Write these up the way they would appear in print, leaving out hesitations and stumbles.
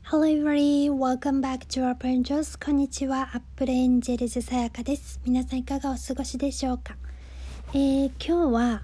Hello everybody, welcome back to our Angels. こんにちは、アップルエンジェルズさやかです。皆さんいかがお過ごしでしょうか。今日は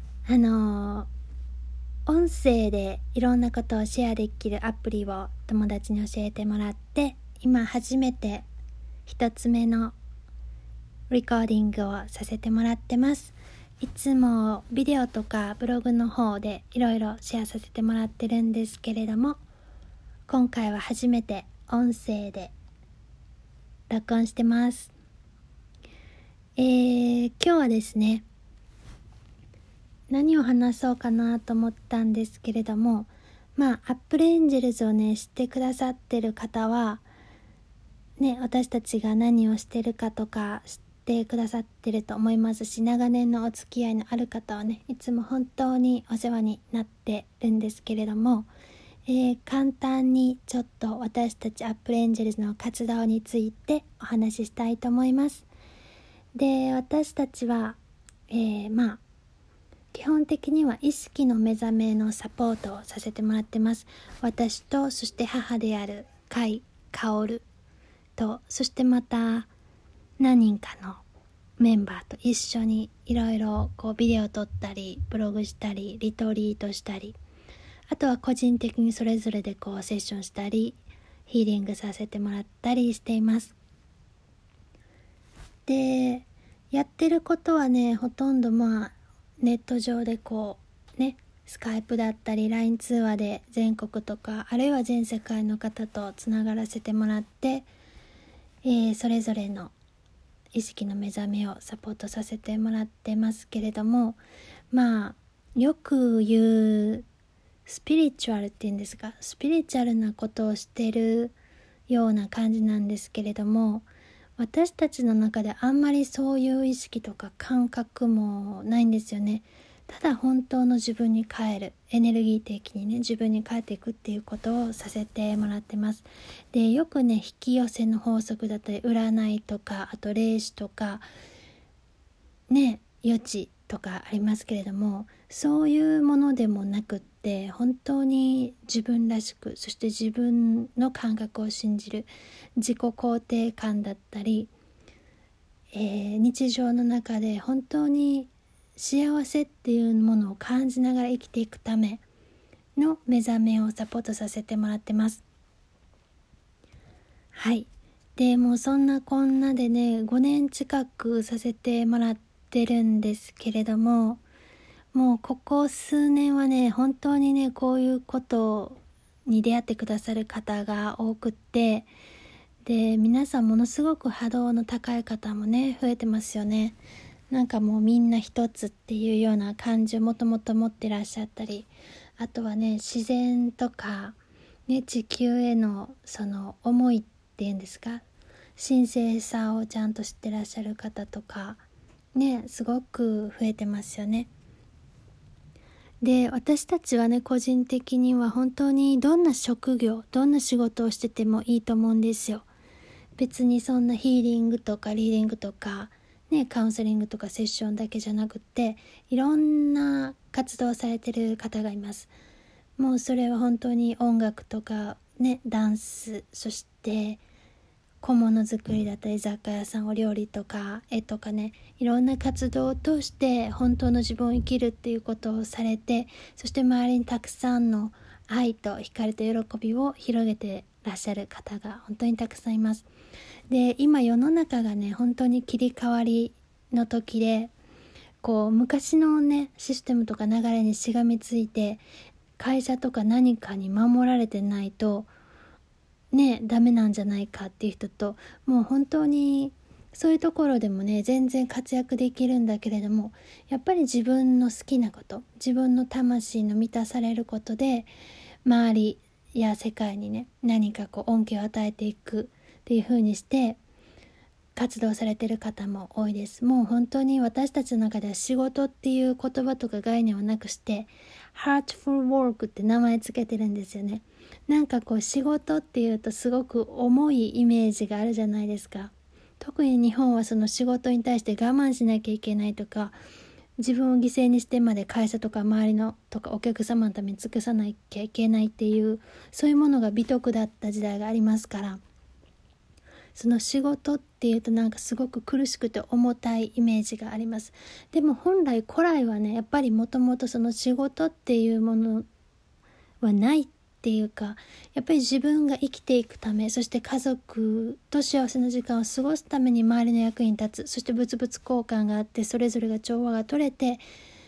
音声でいろんなことをシェアできるアプリを友達に教えてもらって、今初めて一つ目のレコーディングをさせてもらってます。いつもビデオとかブログの方でいろいろシェアさせてもらってるんですけれども、今回は初めて音声で録音してます。今日はですね、何を話そうかなと思ったんですけれども、アップルエンジェルズをね、知ってくださってる方はね、私たちが何をしてるかとか知ってくださってると思いますし、長年のお付き合いのある方はね、いつも本当にお世話になってるんですけれども、簡単にちょっと私たちアップルエンジェルズの活動についてお話ししたいと思います。で、私たちは、基本的には意識の目覚めのサポートをさせてもらってます。私と、そして母である甲斐薫と、そしてまた何人かのメンバーと一緒にいろいろビデオ撮ったり、ブログしたり、リトリートしたり、あとは個人的にそれぞれでセッションしたりヒーリングさせてもらったりしています。で、やってることはね、ほとんどネット上でスカイプだったり LINE 通話で全国とか、あるいは全世界の方とつながらせてもらって、それぞれの意識の目覚めをサポートさせてもらってますけれども、よく言うスピリチュアルっていうんですか、スピリチュアルなことをしてるような感じなんですけれども、私たちの中であんまりそういう意識とか感覚もないんですよね。ただ本当の自分に帰る、エネルギー的にね、自分に帰っていくっていうことをさせてもらってます。で、よくね、引き寄せの法則だったり、占いとか、あと霊視とかね、予知とかありますけれども、そういうものでもなくって、本当に自分らしく、そして自分の感覚を信じる、自己肯定感だったり、日常の中で本当に幸せっていうものを感じながら生きていくための目覚めをサポートさせてもらってます。はい。で、もうそんなこんなでね、5年近くさせてもらってるんですけれども、もうここ数年はね、本当にね、こういうことに出会ってくださる方が多くって、で、皆さんものすごく波動の高い方もね、増えてますよね。なんかもうみんな一つっていうような感じをもともと持ってらっしゃったり、あとはね、自然とか、ね、地球へのその思いっていうんですか、神聖さをちゃんと知ってらっしゃる方とかね、すごく増えてますよね。で、私たちはね、個人的には本当にどんな職業、どんな仕事をしててもいいと思うんですよ。別にそんなヒーリングとかリーディングとかね、カウンセリングとかセッションだけじゃなくって、いろんな活動をされてる方がいます。もうそれは本当に音楽とかね、ダンス、そして小物作りだったり、雑貨屋さん、お料理とか絵とかね、いろんな活動を通して本当の自分を生きるっていうことをされて、そして周りにたくさんの愛と光と喜びを広げてらっしゃる方が本当にたくさんいます。で、今世の中がね、本当に切り替わりの時で、昔のね、システムとか流れにしがみついて、会社とか何かに守られてないとね、ダメなんじゃないかっていう人と、もう本当にそういうところでもね、全然活躍できるんだけれども、やっぱり自分の好きなこと、自分の魂の満たされることで、周りや世界にね、何か恩恵を与えていくっていう風にして活動されてる方も多いです。もう本当に私たちの中では仕事っていう言葉とか概念をなくして、Heartful Work って名前つけてるんですよね。なんか仕事っていうとすごく重いイメージがあるじゃないですか。特に日本はその仕事に対して我慢しなきゃいけないとか、 自分を犠牲にしてまで会社とか周りのとかお客様のために尽くさなきゃいけないっていう、そういうものが美徳だった時代がありますから、その仕事っていうとなんかすごく苦しくて重たいイメージがあります。でも本来古来はね、やっぱりもともとその仕事っていうものはないっていうか、やっぱり自分が生きていくため、そして家族と幸せな時間を過ごすために周りの役に立つ、そして物々交換があって、それぞれが調和が取れて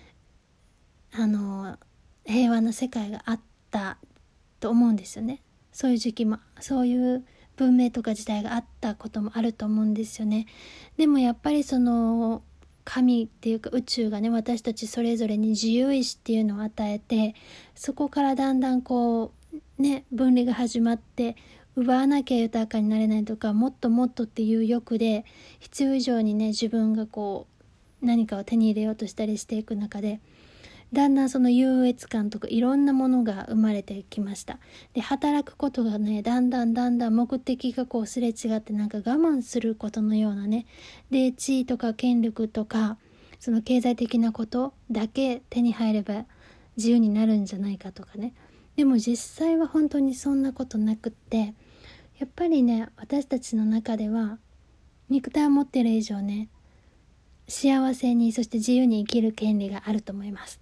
平和な世界があったと思うんですよね。そういう時期も、そういう文明とか時代があったこともあると思うんですよね。でもやっぱりその神っていうか宇宙がね、私たちそれぞれに自由意志っていうのを与えて、そこからだんだんこうね、分離が始まって、奪わなきゃ豊かになれないとか、もっともっとっていう欲で必要以上にね、自分がこう何かを手に入れようとしたりしていく中で、だんだんその優越感とかいろんなものが生まれてきました。で、働くことがね、だんだん目的がこうすれ違って、なんか我慢することのようなね。で、地位とか権力とかその経済的なことだけ手に入れば自由になるんじゃないかとかね。でも実際は本当にそんなことなくって、やっぱりね、私たちの中では肉体を持っている以上ね、幸せに、そして自由に生きる権利があると思います。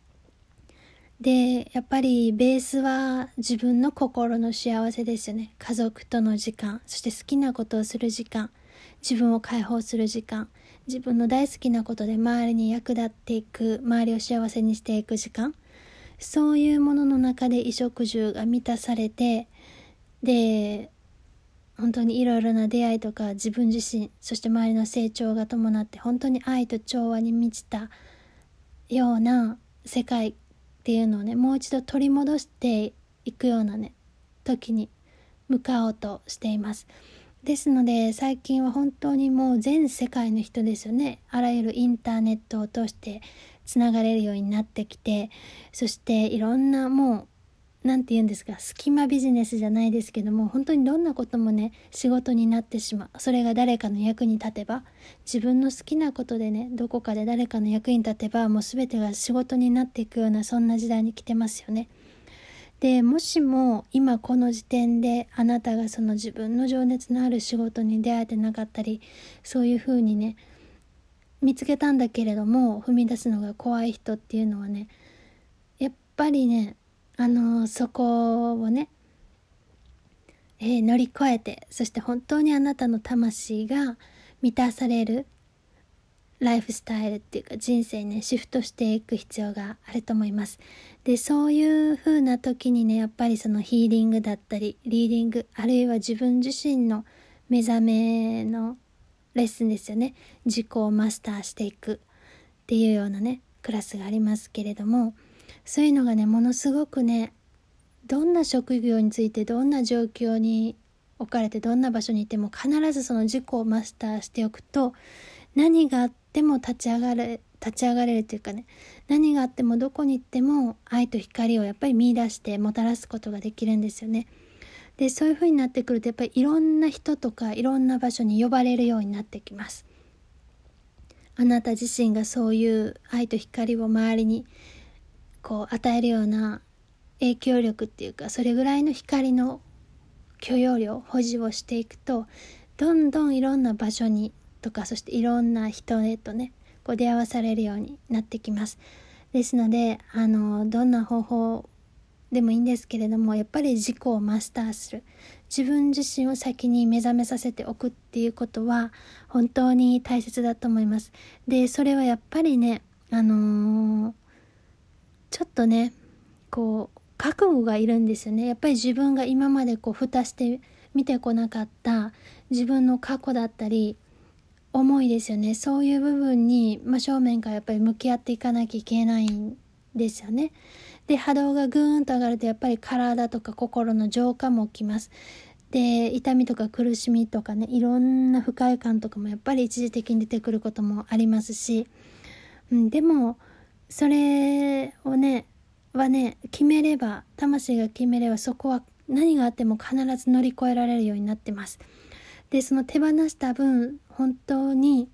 で、やっぱりベースは自分の心の幸せですよね。家族との時間、そして好きなことをする時間、自分を解放する時間、自分の大好きなことで周りに役立っていく、周りを幸せにしていく時間、そういうものの中で衣食住が満たされて、で、本当にいろいろな出会いとか自分自身、そして周りの成長が伴って、本当に愛と調和に満ちたような世界っていうのをね、もう一度取り戻していくようなね、時に向かおうとしています。ですので最近は本当にもう全世界の人ですよね、あらゆるインターネットを通してつながれるようになってきて、そしていろんなもうなんて言うんですか、隙間ビジネスじゃないですけども、本当にどんなこともね、仕事になってしまう。それが誰かの役に立てば、自分の好きなことでね、どこかで誰かの役に立てば、もう全てが仕事になっていくような、そんな時代に来てますよね。で、もしも今この時点であなたがその自分の情熱のある仕事に出会えてなかったり、そういう風にね、見つけたんだけれども踏み出すのが怖い人っていうのはね、やっぱりね、そこをね、乗り越えて、そして本当にあなたの魂が満たされるライフスタイルっていうか人生にね、シフトしていく必要があると思います。で、そういう風な時にね、やっぱりそのヒーリングだったりリーディング、あるいは自分自身の目覚めのレッスンですよね。自己をマスターしていくっていうようなね、クラスがありますけれども、そういうのがね、ものすごくね、どんな職業について、どんな状況に置かれて、どんな場所にいても必ずその自己をマスターしておくと、何があっても立ち上がれるというかね、何があってもどこに行っても愛と光をやっぱり見出してもたらすことができるんですよね。で、そういう風になってくると、やっぱりいろんな人とかいろんな場所に呼ばれるようになってきます。あなた自身がそういう愛と光を周りにこう与えるような影響力っていうか、それぐらいの光の許容量、保持をしていくと、どんどんいろんな場所にとか、そしていろんな人へとね、こう出会わされるようになってきます。ですので、どんな方法でもいいんですけれども、やっぱり自己をマスターする、自分自身を先に目覚めさせておくっていうことは本当に大切だと思います。で、それはやっぱりね、ちょっとね、こう覚悟がいるんですよね。やっぱり自分が今までこう蓋して見てこなかった自分の過去だったり思いですよね。そういう部分に真正面からやっぱり向き合っていかなきゃいけないんですよね。で、波動がぐーんと上がると、やっぱり体とか心の浄化も起きます。で、痛みとか苦しみとかね、いろんな不快感とかもやっぱり一時的に出てくることもありますし、でもそれをね決めれば、魂が決めれば、そこは何があっても必ず乗り越えられるようになってます。で、その手放した分、本当に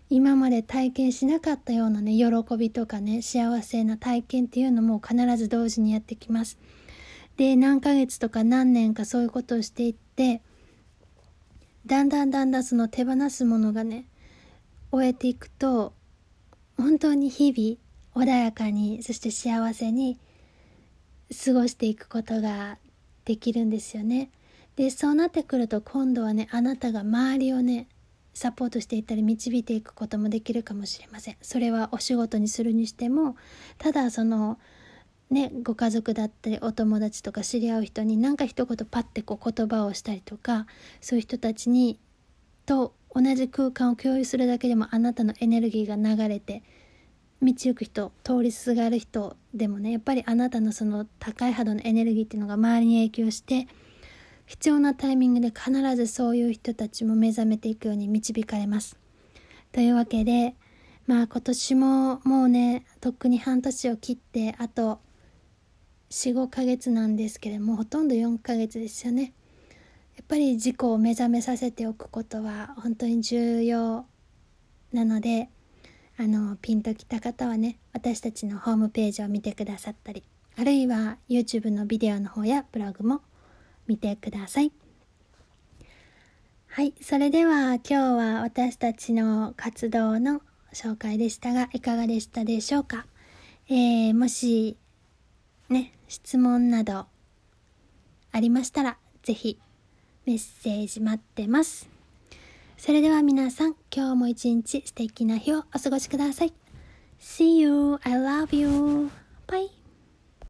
今まで体験しなかったようなね、喜びとかね、幸せな体験っていうのも必ず同時にやってきます。で、何ヶ月とか何年かそういうことをしていって、だんだんその手放すものがね、終えていくと、本当に日々穏やかに、そして幸せに過ごしていくことができるんですよね。で、そうなってくると今度はね、あなたが周りをね、サポートしていったり導いていくこともできるかもしれません。それはお仕事にするにしても、ただそのね、ご家族だったりお友達とか知り合う人に何か一言パッてこう言葉をしたりとか、そういう人たちにと同じ空間を共有するだけでもあなたのエネルギーが流れて、道行く人、通りすがる人でもね、やっぱりあなたのその高い波動のエネルギーっていうのが周りに影響して、必要なタイミングで必ずそういう人たちも目覚めていくように導かれます。というわけで、今年ももうね、とっくに半年を切って、あと4、5ヶ月なんですけれども、ほとんど4ヶ月ですよね。やっぱり自己を目覚めさせておくことは本当に重要なので、ピンときた方はね、私たちのホームページを見てくださったり、あるいは YouTube のビデオの方やブログも見てください。はい、それでは今日は私たちの活動の紹介でしたが、いかがでしたでしょうか。もしね、質問などありましたら、ぜひメッセージ待ってます。それでは皆さん、今日も一日素敵な日をお過ごしください。See you. I love you. Bye.